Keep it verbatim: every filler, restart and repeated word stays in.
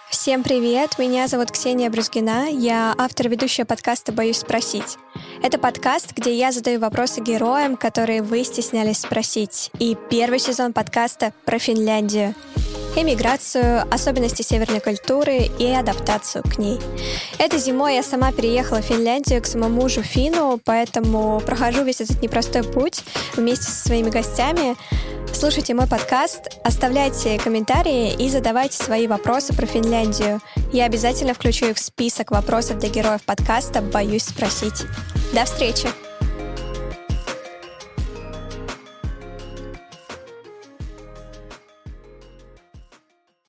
Всем привет, меня зовут Ксения Брюзгина, я автор и ведущая подкаста «Боюсь спросить». Это подкаст, где я задаю вопросы героям, которые вы стеснялись спросить. И первый сезон подкаста про Финляндию. Эмиграцию, особенности северной культуры и адаптацию к ней. Этой зимой я сама переехала в Финляндию к своему мужу Фину, поэтому прохожу весь этот непростой путь вместе со своими гостями. Слушайте мой подкаст, оставляйте комментарии и задавайте свои вопросы про Финляндию. Я обязательно включу их в список вопросов для героев подкаста «Боюсь спросить». До встречи!